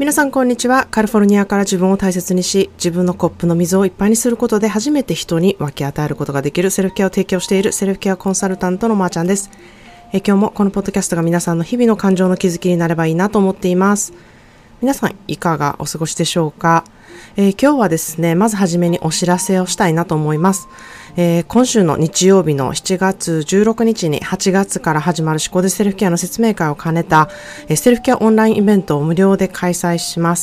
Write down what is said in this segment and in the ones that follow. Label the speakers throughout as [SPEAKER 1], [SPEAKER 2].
[SPEAKER 1] 皆さんこんにちは。カリフォルニアから自分を大切にし、自分のコップの水をいっぱいにすることで初めて人に分け与えることができるセルフケアを提供しているセルフケアコンサルタントのまーちゃんです。今日もこのポッドキャストが皆さんの日々の感情の気づきになればいいなと思っています。皆さんいかがお過ごしでしょうか。今日はですね、まずはじめにお知らせをしたいなと思います。今週の日曜日の7月16日に8月から始まる思考でセルフケアの説明会を兼ねたセルフケアオンラインイベントを無料で開催します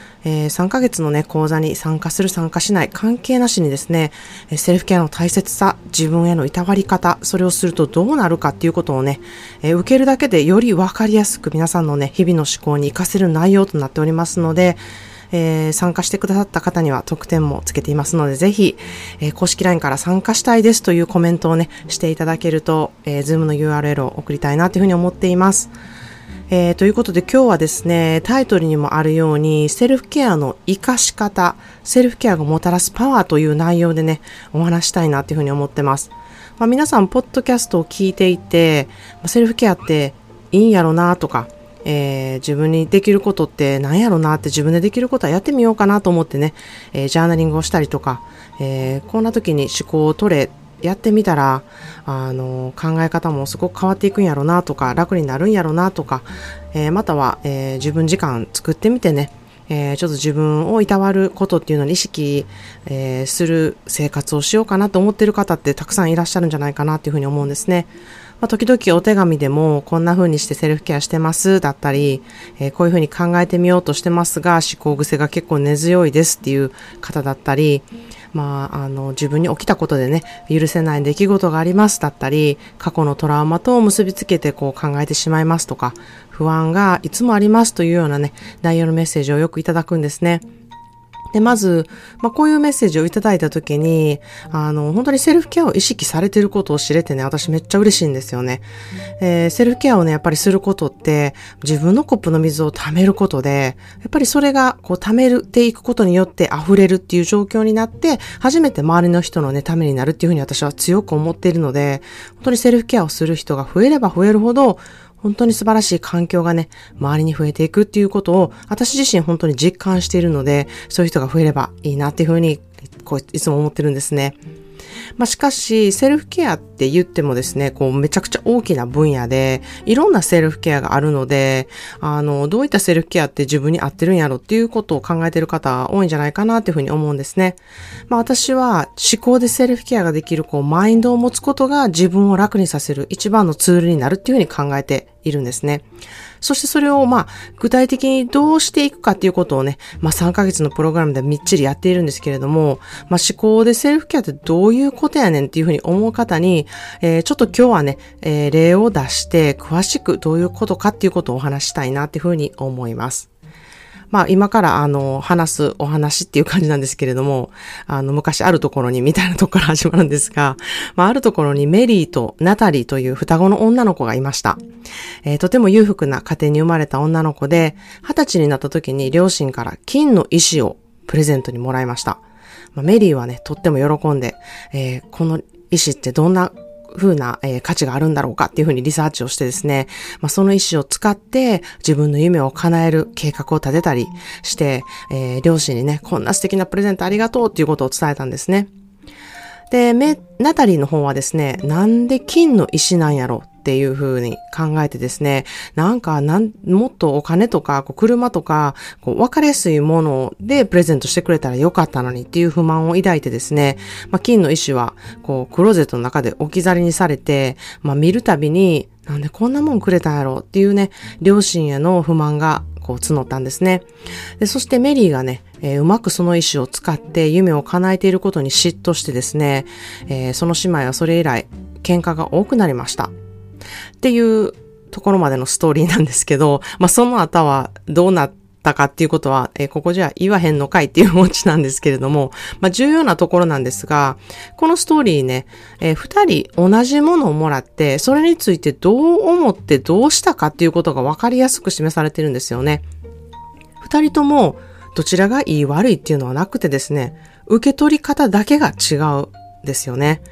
[SPEAKER 1] 。3ヶ月のね、講座に参加する参加しない関係なしにですね、セルフケアの大切さ、自分へのいたわり方、それをするとどうなるかっていうことをね、受けるだけでよりわかりやすく皆さんのね、日々の思考に活かせる内容となっておりますので、参加してくださった方には特典もつけていますので、ぜひ、公式 LINE から参加したいですというコメントをね、していただけると、Zoom の URL を送りたいなというふうに思っています。ということで今日はですね、タイトルにもあるようにセルフケアの活かし方、セルフケアがもたらすパワーという内容でね、お話したいなというふうに思ってます。皆さんポッドキャストを聞いていて、セルフケアっていいんやろなとか、自分にできることって何やろなって自分でできることはやってみようかなと思ってね、ジャーナリングをしたりとか、こんな時に思考を取れやってみたら考え方もすごく変わっていくんやろなとか、楽になるんやろなとか、または、自分時間作ってみてね、ちょっと自分をいたわることっていうのに意識、する生活をしようかなと思っている方ってたくさんいらっしゃるんじゃないかなっていうふうに思うんですね。時々お手紙でもこんな風にしてセルフケアしてますだったり、こういう風に考えてみようとしてますが思考癖が結構根強いですっていう方だったり、自分に起きたことでね、許せない出来事がありますだったり、過去のトラウマと結びつけてこう考えてしまいますとか、不安がいつもありますというようなね、内容のメッセージをよくいただくんですね。で、まず、こういうメッセージをいただいたときに、本当にセルフケアを意識されていることを知れてね、私めっちゃ嬉しいんですよね。セルフケアをね、やっぱりすることって、自分のコップの水を溜めることで、やっぱりそれがこう溜めていくことによって溢れるっていう状況になって、初めて周りの人のね、ためになるっていうふうに私は強く思っているので、本当にセルフケアをする人が増えれば増えるほど、本当に素晴らしい環境がね、周りに増えていくっていうことを、私自身本当に実感しているので、そういう人が増えればいいなっていうふうに、いつも思ってるんですね。しかし、セルフケアって言ってもですね、めちゃくちゃ大きな分野で、いろんなセルフケアがあるので、どういったセルフケアって自分に合ってるんやろっていうことを考えている方多いんじゃないかなっていうふうに思うんですね。私は思考でセルフケアができる、マインドを持つことが自分を楽にさせる一番のツールになるっていうふうに考えているんですね。そしてそれを具体的にどうしていくかっていうことをね、3ヶ月のプログラムでみっちりやっているんですけれども、思考でセルフケアってどういうことやねんっていうふうに思う方に、ちょっと今日はね、例を出して詳しくどういうことかっていうことをお話したいなっていうふうに思います。今から話すお話っていう感じなんですけれども、昔あるところにみたいなところから始まるんですが、あるところにメリーとナタリーという双子の女の子がいました。とても裕福な家庭に生まれた女の子で、20歳になった時に両親から金の石をプレゼントにもらいました。メリーはね、とっても喜んで、この石ってどんな風な、価値があるんだろうかっていう風にリサーチをしてですね、その意思を使って自分の夢を叶える計画を立てたりして、両親にね、こんな素敵なプレゼントありがとうっていうことを伝えたんですね。で、ナタリーの方はですね、なんで金の石なんやろっていう風に考えてですね、もっとお金とか、車とか、分かりやすいものでプレゼントしてくれたらよかったのにっていう不満を抱いてですね、金の石は、クローゼットの中で置き去りにされて、見るたびに、なんでこんなもんくれたんやろっていうね、両親への不満が、募ったんですね。で、そしてメリーがね、うまくその意思を使って夢を叶えていることに嫉妬してですね、その姉妹はそれ以来、喧嘩が多くなりました。っていうところまでのストーリーなんですけど、その後はどうなったかっていうことは、ここじゃ言わへんのかいっていうオチなんですけれども、重要なところなんですが、このストーリーね、二人同じものをもらって、それについてどう思ってどうしたかっていうことが分かりやすく示されてるんですよね。二人ともどちらがいい悪いっていうのはなくてですね、受け取り方だけが違うんですよね。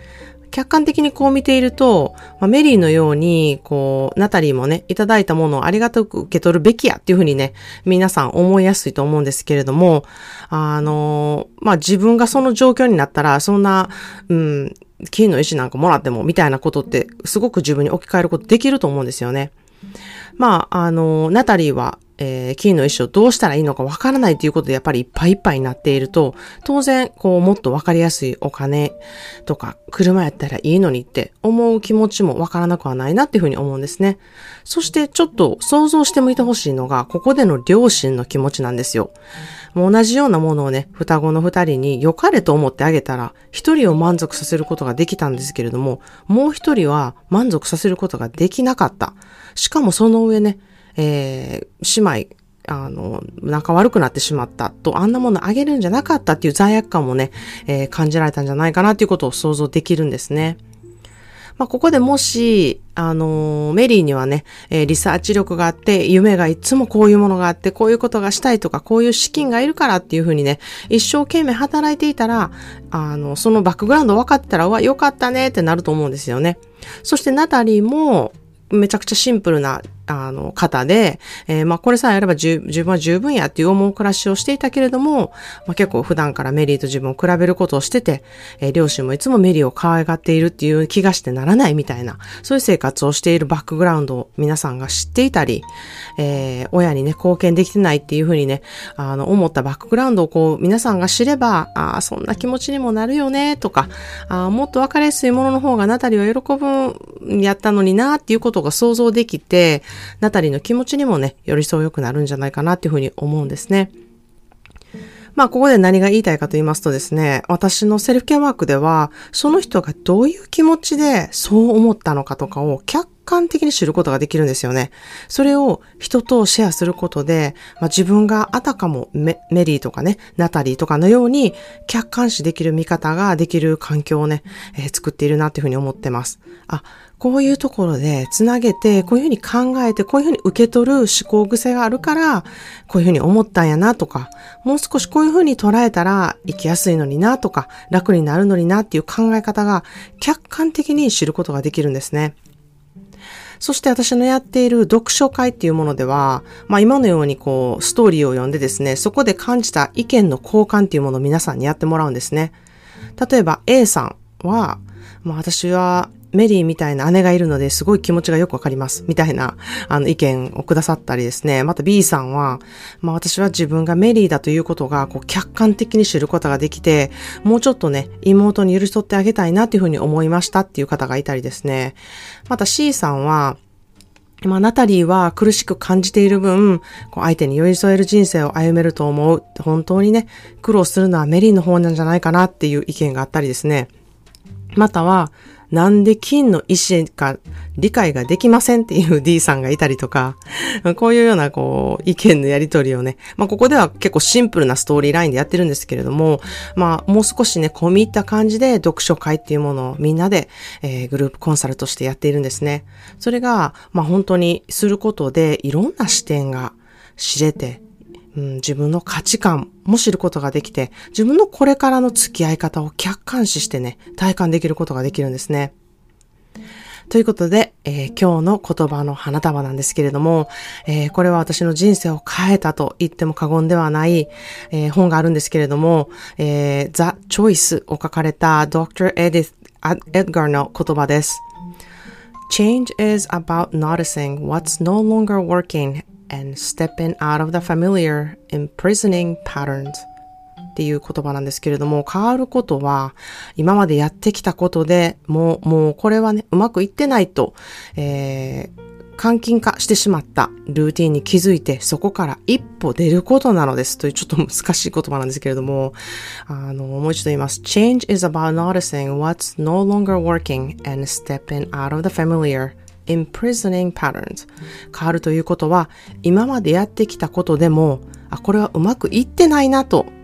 [SPEAKER 1] 客観的にこう見ていると、メリーのように、ナタリーもね、いただいたものをありがたく受け取るべきやっていうふうにね、皆さん思いやすいと思うんですけれども、自分がその状況になったら、そんな、金の石なんかもらっても、みたいなことって、すごく自分に置き換えることできると思うんですよね。ナタリーは、金の石をどうしたらいいのかわからないということでやっぱりいっぱいいっぱいになっていると、当然、もっとわかりやすいお金とか、車やったらいいのにって思う気持ちもわからなくはないなっていうふうに思うんですね。そしてちょっと想像してみてほしいのが、ここでの両親の気持ちなんですよ。もう同じようなものをね、双子の二人に良かれと思ってあげたら、一人を満足させることができたんですけれども、もう一人は満足させることができなかった。しかもその上ね、姉妹、仲悪くなってしまったと、あんなものあげるんじゃなかったっていう罪悪感もね、感じられたんじゃないかなっていうことを想像できるんですね。ここでもし、メリーにはね、リサーチ力があって、夢がいつもこういうものがあって、こういうことがしたいとか、こういう資金がいるからっていうふうにね、一生懸命働いていたら、そのバックグラウンド分かってたら、よかったねってなると思うんですよね。そしてナタリーも、めちゃくちゃシンプルな、方で、これさえあれば自分は十分やっていう思う暮らしをしていたけれども、結構普段からメリーと自分を比べることをしてて、両親もいつもメリーを可愛がっているっていう気がしてならないみたいな、そういう生活をしているバックグラウンドを皆さんが知っていたり、親にね、貢献できてないっていうふうにね、思ったバックグラウンドを皆さんが知れば、そんな気持ちにもなるよね、とか、もっと分かりやすいものの方がナタリーは喜ぶんやったのにな、っていうことが想像できて、ナタリーの気持ちにもね、よりそう良くなるんじゃないかなっていうふうに思うんですね。ここで何が言いたいかと言いますとですね、私のセルフケアワークでは、その人がどういう気持ちでそう思ったのかとかを客観的に知ることができるんですよね。それを人とシェアすることで、自分があたかもメリーとかね、ナタリーとかのように客観視できる見方ができる環境をね、作っているなっていうふうに思ってます。こういうところでつなげて、こういうふうに考えて、こういうふうに受け取る思考癖があるから、こういうふうに思ったんやなとか、もう少しこういうふうに捉えたら生きやすいのになとか、楽になるのになっていう考え方が客観的に知ることができるんですね。そして私のやっている読書会っていうものでは、今のようにストーリーを読んでですね、そこで感じた意見の交換っていうものを皆さんにやってもらうんですね。例えば A さんは、私はメリーみたいな姉がいるのですごい気持ちがよくわかります。みたいな、意見をくださったりですね。また B さんは、私は自分がメリーだということが、客観的に知ることができて、もうちょっとね、妹に許しとってあげたいなっていうふうに思いましたっていう方がいたりですね。また C さんは、ナタリーは苦しく感じている分、相手に寄り添える人生を歩めると思う。本当にね、苦労するのはメリーの方なんじゃないかなっていう意見があったりですね。または、なんで金の石か理解ができませんっていう D さんがいたりとか、こういうような意見のやり取りをね、ここでは結構シンプルなストーリーラインでやってるんですけれども、もう少しね、込み入った感じで読書会っていうものをみんなで、グループコンサルとしてやっているんですね。それが、本当にすることでいろんな視点が知れて、自分の価値観も知ることができて、自分のこれからの付き合い方を客観視してね、体感できることができるんですね。ということで、今日の言葉の花束なんですけれども、これは私の人生を変えたと言っても過言ではない、本があるんですけれども、The Choice を書かれた Dr. Edgar の言葉です。Change is about noticing what's no longer working.and stepping out of the familiar, imprisoning patterns っていう言葉なんですけれども、変わることは今までやってきたことでもうこれはね、うまくいってないと、監禁化してしまったルーティンに気づいて、そこから一歩出ることなのですというちょっと難しい言葉なんですけれども、もう一度言います。Change is about noticing what's no longer working and stepping out of the familiar.imprisoning patterns 変わるということは今までやってきたことでもこれはうまくいってないなと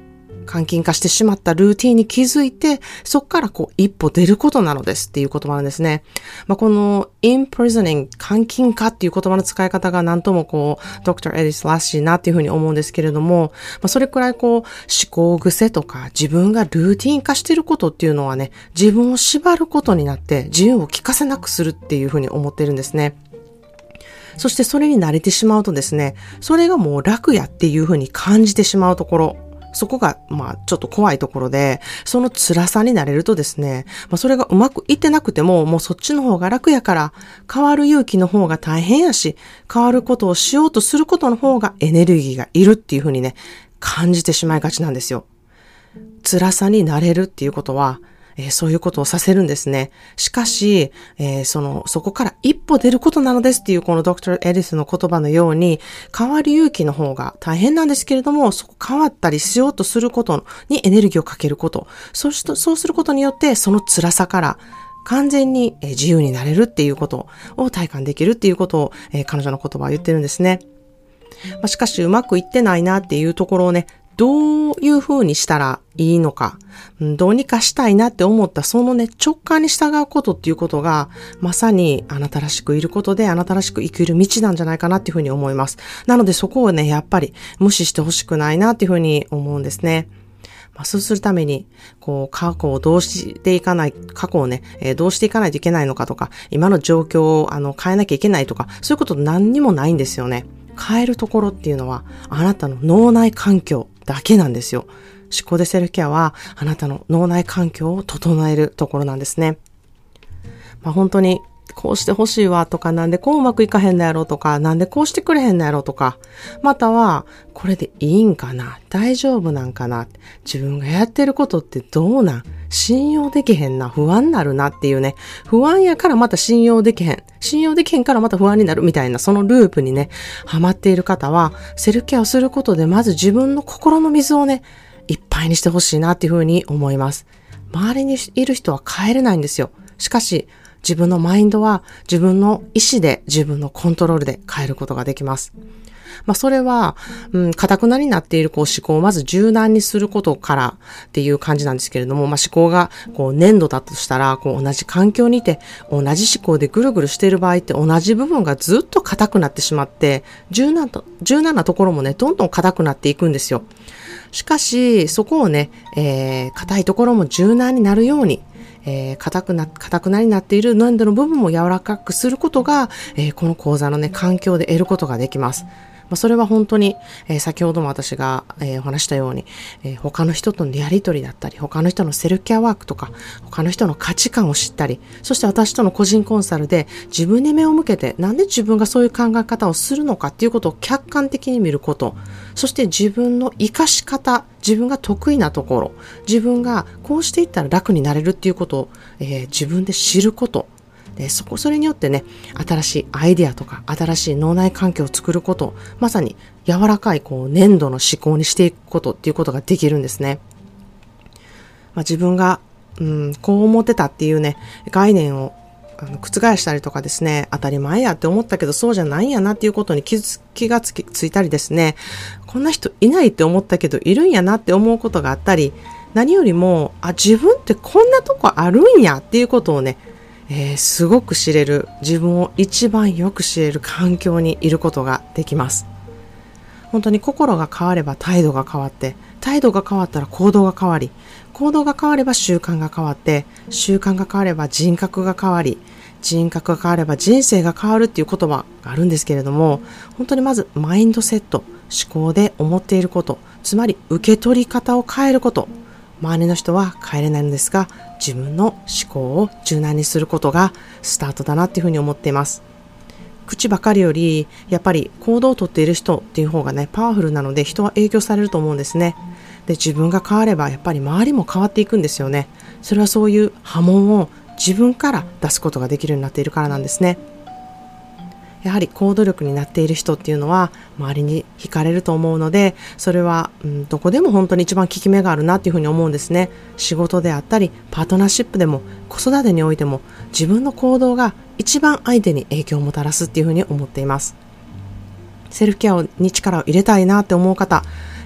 [SPEAKER 1] 監禁化してしまったルーティンに気づいて、そこから一歩出ることなのですっていう言葉なんですね。この imprisoning 監禁化っていう言葉の使い方がなんともドクター・エリスらしいなっていうふうに思うんですけれども、それくらい思考癖とか自分がルーティン化していることっていうのはね、自分を縛ることになって自由を利かせなくするっていうふうに思ってるんですね。そしてそれに慣れてしまうとですね、それがもう楽やっていうふうに感じてしまうところ、そこがちょっと怖いところで、その辛さになれるとですね、それがうまくいってなくても、もうそっちの方が楽やから、変わる勇気の方が大変やし、変わることをしようとすることの方がエネルギーがいるっていうふうにね、感じてしまいがちなんですよ。辛さになれるっていうことは、そういうことをさせるんですね。しかし、そこから一歩出ることなのですっていうこのドクター・エリスの言葉のように、変わる勇気の方が大変なんですけれども、変わったりしようとすることにエネルギーをかけること。そうすることによって、その辛さから完全に自由になれるっていうことを体感できるっていうことを、彼女の言葉は言ってるんですね。しかしうまくいってないなっていうところをね、どういう風にしたらいいのか、どうにかしたいなって思ったそのね、直感に従うことっていうことが、まさにあなたらしくいることであなたらしく生きる道なんじゃないかなっていう風に思います。なのでそこをね、やっぱり無視してほしくないなっていう風に思うんですね。そうするために、過去をね、どうしていかないといけないのかとか、今の状況を変えなきゃいけないとか、そういうこと何にもないんですよね。変えるところっていうのは、あなたの脳内環境だけなんですよ。思考でセルフケアは、あなたの脳内環境を整えるところなんですね。本当に、こうしてほしいわとか、なんでこううまくいかへんのやろとか、なんでこうしてくれへんのやろとか、または、これでいいんかな、大丈夫なんかな、自分がやってることってどうなん、信用できへんな、不安になるなっていうね、不安やからまた信用できへんからまた不安になるみたいな、そのループにね、ハマっている方は、セルフケアをすることでまず自分の心の水をね、いっぱいにしてほしいなっていうふうに思います。周りにいる人は変えれないんですよ。しかし、自分のマインドは自分の意思で自分のコントロールで変えることができます。それは、堅くなになっている思考をまず柔軟にすることからっていう感じなんですけれども、思考が粘土だとしたら、同じ環境にいて、同じ思考でぐるぐるしている場合って同じ部分がずっと硬くなってしまって、柔軟なところもね、どんどん硬くなっていくんですよ。しかし、そこをね、硬いところも柔軟になるように、硬くなりになっている粘土の部分も柔らかくすることが、この講座のね、環境で得ることができます。それは本当に、先ほども私が、お話したように、他の人とのやりとりだったり、他の人のセルフケアワークとか、他の人の価値観を知ったり、そして私との個人コンサルで自分に目を向けて、なんで自分がそういう考え方をするのかっていうことを客観的に見ること、そして自分の活かし方、自分が得意なところ、自分がこうしていったら楽になれるっていうことを、自分で知ること、それによってね、新しいアイデアとか、新しい脳内環境を作ること、まさに柔らかい粘土の思考にしていくことっていうことができるんですね。自分が、こう思ってたっていうね、概念を覆したりとかですね、当たり前やって思ったけどそうじゃないんやなっていうことに気がついたりですね、こんな人いないって思ったけどいるんやなって思うことがあったり、何よりも、自分ってこんなとこあるんやっていうことをね、すごく知れる、自分を一番よく知れる環境にいることができます。本当に心が変われば態度が変わって、態度が変わったら行動が変わり、行動が変われば習慣が変わって、習慣が変われば人格が変わり、人格が変われば人生が変わるっていう言葉があるんですけれども、本当にまずマインドセット、思考で思っていること、つまり受け取り方を変えること、周りの人は変えれないのですが、自分の思考を柔軟にすることがスタートだなっていうふうに思っています。口ばかりより、やっぱり行動をとっている人っていう方がね、パワフルなので人は影響されると思うんですね。で、自分が変わればやっぱり周りも変わっていくんですよね。それはそういう波紋を自分から出すことができるようになっているからなんですね。やはり行動力になっている人っていうのは周りに惹かれると思うので、それは、どこでも本当に一番効き目があるなっていうふうに思うんですね。仕事であったり、パートナーシップでも、子育てにおいても、自分の行動が一番相手に影響をもたらすっていうふうに思っています。セルフケアに力を入れたいなって思う方、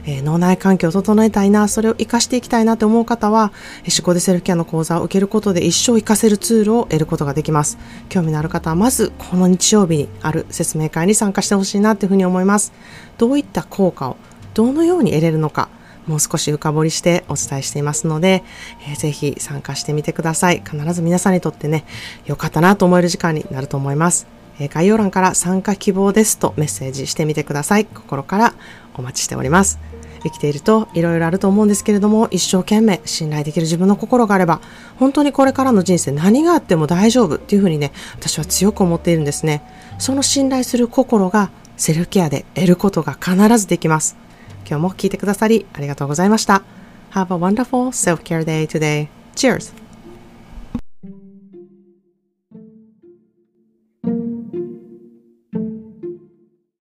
[SPEAKER 1] 脳内環境を整えたいな、それを活かしていきたいなと思う方は、思考でセルフケアの講座を受けることで一生活かせるツールを得ることができます。興味のある方はまずこの日曜日にある説明会に参加してほしいなというふうに思います。どういった効果をどのように得れるのか、もう少し深掘りしてお伝えしていますので、ぜひ参加してみてください。必ず皆さんにとってね、良かったなと思える時間になると思います。概要欄から参加希望ですとメッセージしてみてください。心からお待ちしております。生きているといろいろあると思うんですけれども、一生懸命信頼できる自分の心があれば、本当にこれからの人生何があっても大丈夫っていうふうにね、私は強く思っているんですね。その信頼する心がセルフケアで得ることが必ずできます。今日も聞いてくださりありがとうございました。Have a wonderful self-care day today. Cheers!